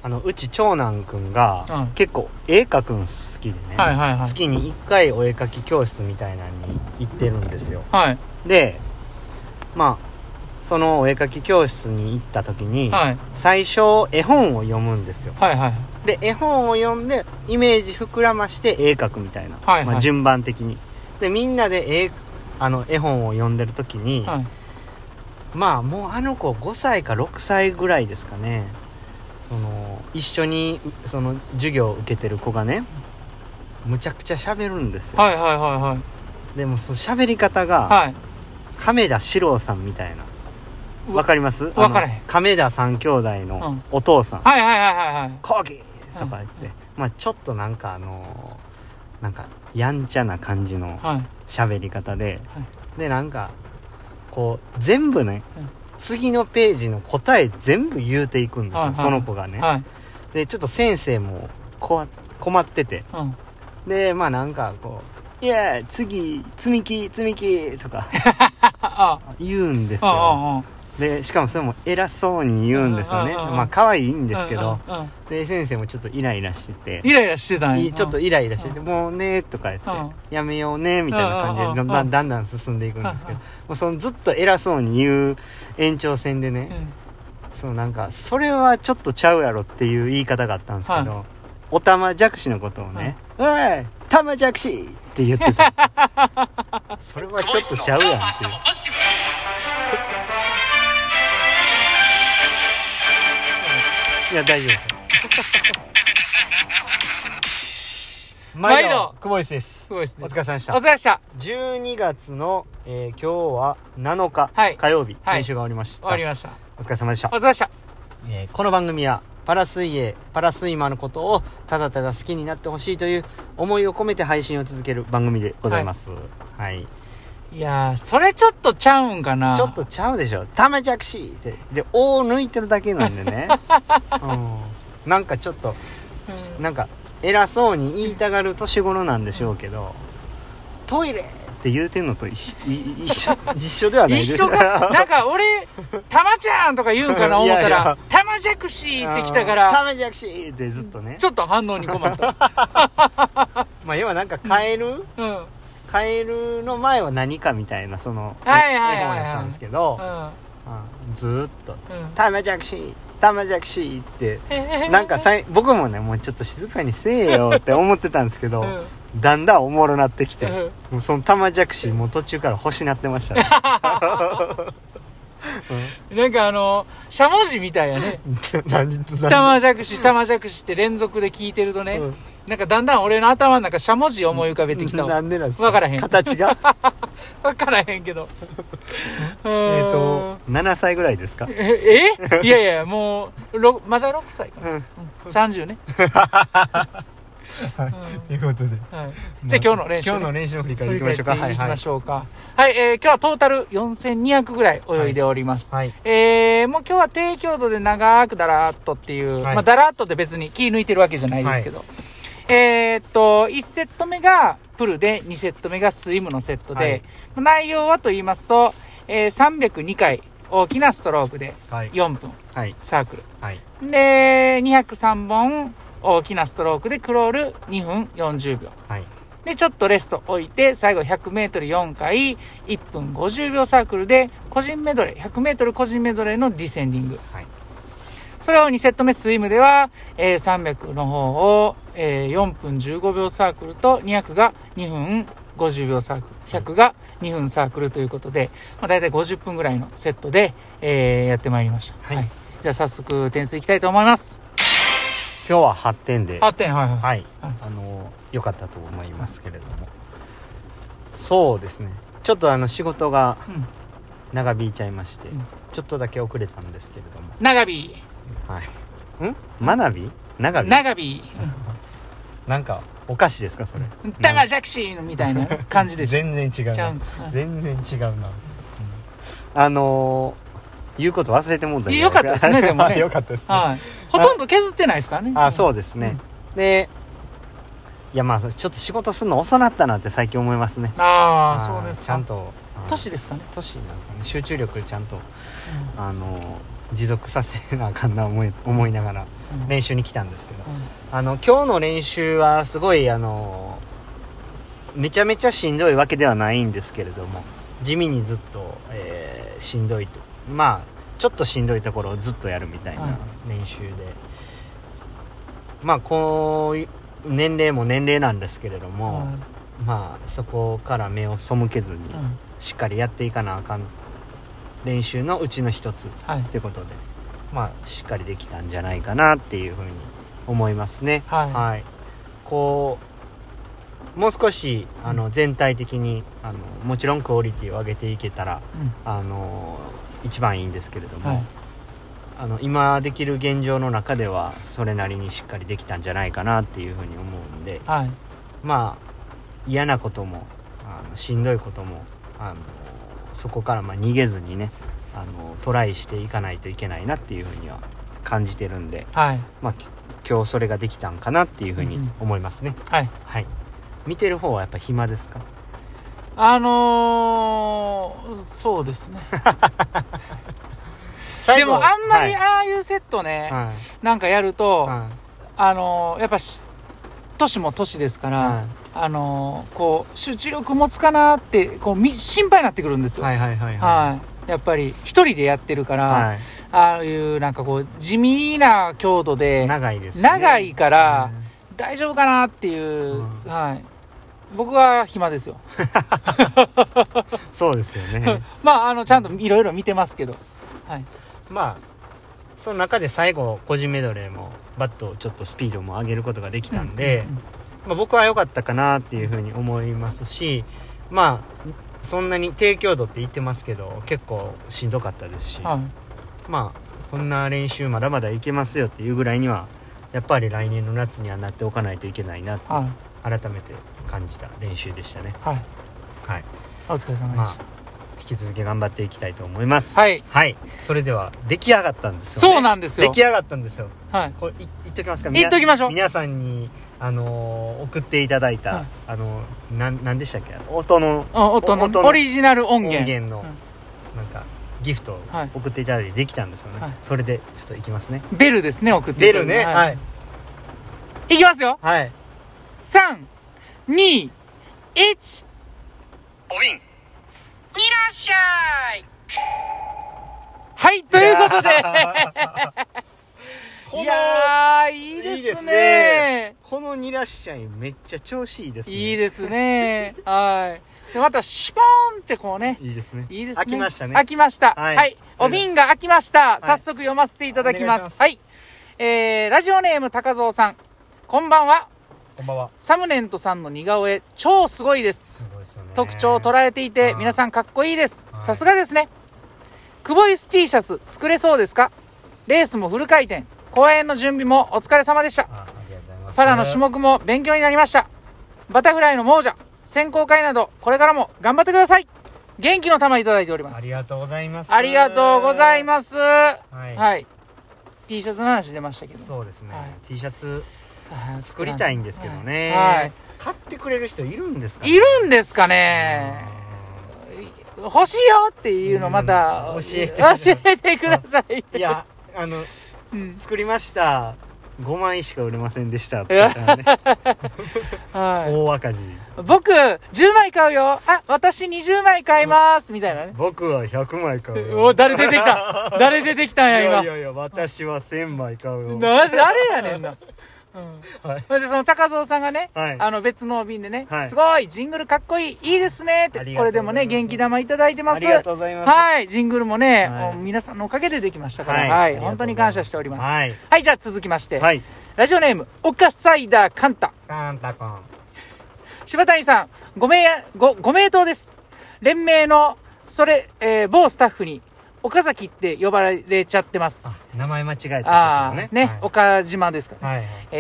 うち長男くんが、結構絵描くん好きでね、 はいはいはい、 月に1回お絵描き教室みたいなのに行ってるんですよ。 はい、 でまあそのお絵描き教室に行った時に、はい、最初絵本を読むんですよ。はいはい、で絵本を読んでイメージ膨らまして絵描くみたいな、はいはい、順番的にでみんなで絵本を読んでる時に、はい、もう子5歳か6歳ぐらいですかね。一緒に授業を受けてる子がねむちゃくちゃ喋るんですよ。はいはいはいはい。でもその喋り方が、はい、亀田史郎さんみたいな。わかります？わからへん。亀田三兄弟のお父さん、はいはいはいはいはい、コーギーとか言って、ちょっとなんかやんちゃな感じの喋り方で、はい、でなんかこう全部ね、次のページの答え全部言うていくんですよ、はいはい、その子がね、はい、でちょっと先生も困ってて、でなんかこういや次積み木とか言うんですよ。でしかもそれも偉そうに言うんですよね。可愛いんですけど、で先生もちょっとイライラしてたんや。ちょっとイライラしてて、もうねとか言って、やめようねみたいな感じでだんだん進んでいくんですけど、もうそのずっと偉そうに言う延長線でね、なんかそれはちょっとちゃうやろっていう言い方があったんですけど、おたまじゃくしのことをね、おいたまじゃくしって言ってたんですよ。それはちょっとちゃうやんっていう。いや大丈夫です毎度久保井です。お疲れ様でした。 お疲れ様でした。 12月の、今日は7日、はい、火曜日、練習が終わりました。 終わりました。 お疲れ様でした。 お疲れ様でした。 この番組はパラスイマーのことをただただ好きになってほしいという思いを込めて配信を続ける番組でございます。はい、はい、 いやーそれちょっとちゃうんかな。 ちょっとちゃうでしょ。たまじゃくしってで「お」を抜いてるだけなんでね、なんかちょっと、なんか偉そうに言いたがる年頃なんでしょうけど、トイレって言うてんのと一緒ではないですか。一緒か。なんか俺たまちゃんとか言うんかな思ったらたまじゃくしって来たからたまじゃくしってずっとね、ちょっと反応に困った要はなんかカエル、カエルの前は何かみたいな絵本やったんですけど、ずーっとたまじゃくしってなんか僕もねもうちょっと静かにせえよって思ってたんですけど、だんだんおもろなってきて、もうそのたまじゃくしもう途中から星なってましたねなんかしゃもじみたいやねたまじゃくしって連続で聞いてるとね、なんかだんだん俺の頭の中しゃもじ思い浮かべてきたわ。 なんでなんですか。 分からへん形が分からへんけど 7歳ぐらいですか。 いやもうまだ6歳かな、30ねということで、 じゃあ今日の練習の振り返りいきましょうか。 はい、今日はトータル4200ぐらい泳いでおります。もう今日は低強度で長くダラーっとっていう、ダラーっとって別に気抜いてるわけじゃないですけど、1セット目がプルで2セット目がスイムのセットで、内容はと言いますと、302回大きなストロークで4分、サークル、で203本大きなストロークでクロール2分40秒、でちょっとレスト置いて最後 100m4 回1分50秒サークルで個人メドレー 100m 個人メドレーのディセンディング、それを2セット目スイムでは、300の方を、4分15秒サークルと200が2分50秒サークル100が2分サークルということで、だいたい50分ぐらいのセットで、やってまいりました。じゃあ早速点数いきたいと思います。 今日は8点で 8点良かったと思いますけれども、そうですねちょっと仕事が長引いちゃいまして、ちょっとだけ遅れたんですけれども長引学び長引なんかお菓子ですかそれ。 タマジャクシーみたいな感じでしょ。 全然違うな全然違うな、言うこと忘れてもんだけどよかったですね。でもねよかったですね、 ほとんど削ってないですからね。 そうですね、でいやちょっと仕事するの遅なったなって最近思いますね。 そうですか。 ちゃんと年ですかね。 年なんですかね。集中力ちゃんと、 持続させなあかんな思いながら練習に来たんですけど、今日の練習はすごいめちゃめちゃしんどいわけではないんですけれども、地味にずっと、しんどいと、まあちょっとしんどいところをずっとやるみたいな練習で、まあこういう年齢も年齢なんですけれども、まあそこから目を背けずにしっかりやっていかなあかん練習のうちの一つってことで、まあしっかりできたんじゃないかなっていうふうに思いますね。はい、こうもう少し全体的にもちろんクオリティを上げていけたら、一番いいんですけれども、今できる現状の中ではそれなりにしっかりできたんじゃないかなっていうふうに思うんで、まあ嫌なこともしんどいこともそこから逃げずにねトライしていかないといけないなっていうふうには感じてるんで、まあ今日それができたんかなっていうふうに思いますね。見てる方はやっぱ暇ですか？ そうですねでもあんまりああいうセットね、なんかやると、やっぱ年も年ですから、こう集中力持つかなってこう心配になってくるんですよ。やっぱり一人でやってるから、ああいうなんかこう地味な強度で長いですね。 長いから、大丈夫かなっていう、僕は暇ですよそうですよねまあちゃんといろいろ見てますけど、 まあその中で最後個人メドレーもバッとちょっとスピードも上げることができたんで、まあ、僕は良かったかなっていうふうに思いますし、まあそんなに低強度って言ってますけど結構しんどかったですし、まあこんな練習まだまだいけますよっていうぐらいにはやっぱり来年の夏にはなっておかないといけないなって改めて感じた練習でしたね。 お疲れ様でした。 引き続き頑張っていきたいと思います。それでは出来上がったんですよね。 そうなんですよ。 出来上がったんですよ。これ言っときますか。 言っときましょう。 皆さんに送っていただいた、何でしたっけ、音のオリジナル音源のなんかギフトを送っていただいてできたんですよね。それでちょっといきますね。 ベルですね、送っていただいて。ベルね。いきますよ。3、2、1。 おびん。 いらっしゃい。はい、ということでいやー、いいですね。 このいらっしゃいめっちゃ調子いいですね。 いいですね。でまたシュポーンってこうね、 いいですね。 いいですね。 開きましたね。 開きました。お瓶が開きました。早速読ませていただきます。ラジオネーム高蔵さん、こんばんは。 こんばんは。 サムネントさんの似顔絵超すごいです。 すごいですよね。 特徴を捉えていて皆さんかっこいいです。さすがですね。クボイス T シャツ作れそうですか？レースもフル回転、公演の準備もお疲れ様でした。 ありがとうございます。 パラの種目も勉強になりました。バタフライの亡者、選考会などこれからも頑張ってください。元気の玉いただいております。 ありがとうございます。 ありがとうございます。T シャツの話出ましたけど。 そうですね。T シャツ作りたいんですけどね。買ってくれる人いるんですかね。 いるんですかね。欲しいよっていうのまた教えてください。 いや作りました。5枚しか売れませんでしたって言ったらね大赤字。 僕10枚買うよ。私20枚買いますみたいなね。 僕は100枚買うよ。 誰出てきた誰出てきたんや今。 いや私は1000枚買うよ。 誰やねんな。それでその高蔵さんがね、別の便でね、すごいジングルかっこいい、いいですねって、これでもね元気玉いただいてます。 ありがとうございます。 ジングルもね、皆さんのおかげでできましたから、本当に感謝しております。じゃあ続きまして、ラジオネームオカサイダーカンタ君、 柴谷さんご名答です。連盟の某スタッフに岡崎って呼ばれちゃってます。 名前間違えたね。 岡島ですから、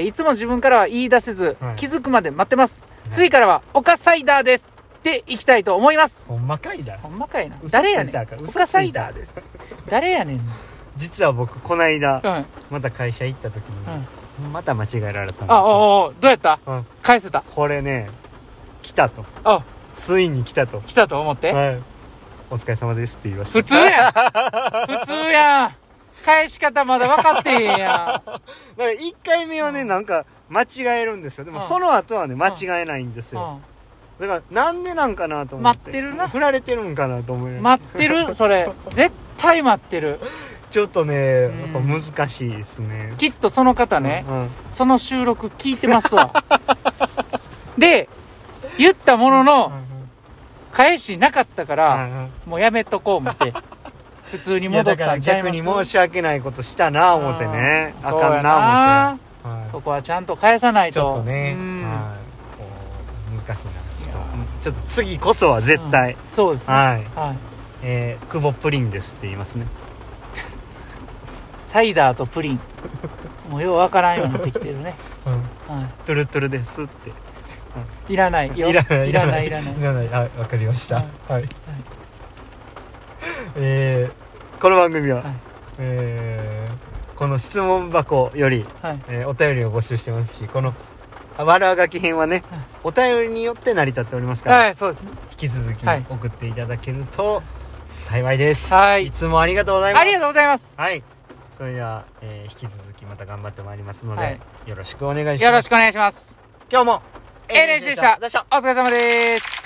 いつも自分からは言い出せず、気づくまで待ってます。次からは岡サイダーですっていきたいと思います。 ほんまかいな。 誰やねん。岡サイダーです。誰やねん。 実は僕この間、また会社行った時に、また間違えられたんですよ。 どうやった？返せた？ これね、来たと。ついに来たと。 来たと思って。 お疲れ様ですって言いました。 普通やん。 返し方まだ分かってへんやん。だから1回目はね、なんか間違えるんですよ。でもその後はね、間違えないんですよ。だからなんでなんかなと思って。 待ってるな。 振られてるんかなと思い待ってるそれ。絶対待ってる。 ちょっとね、やっぱ難しいですね。 きっとその方ね、その収録聞いてますわ。で、言ったものの、返しなかったから、もうやめとこう思って、普通に戻ったんちゃいます。 逆に申し訳ないことしたな思ってね。あかんな思って。 そこはちゃんと返さないと。 ちょっとね、難しいな。ちょっと次こそは絶対。 そうですね。 はい。久保プリンですって言いますね。 サイダーとプリン。もうようわからんようになってきてるね。 トゥルトゥルですって。 いらないよ。いらない。 はい、わかりました。はい。この番組は、この質問箱より、お便りを募集してますし、この悪あがき編はね、お便りによって成り立っておりますから、 そうですね。 引き続き送っていただけると幸いです。いつもありがとうございます。 ありがとうございます。 はい。それでは、引き続きまた頑張ってまいりますので、よろしくお願いします。 よろしくお願いします。 今日も A練習でした。お疲れ様です。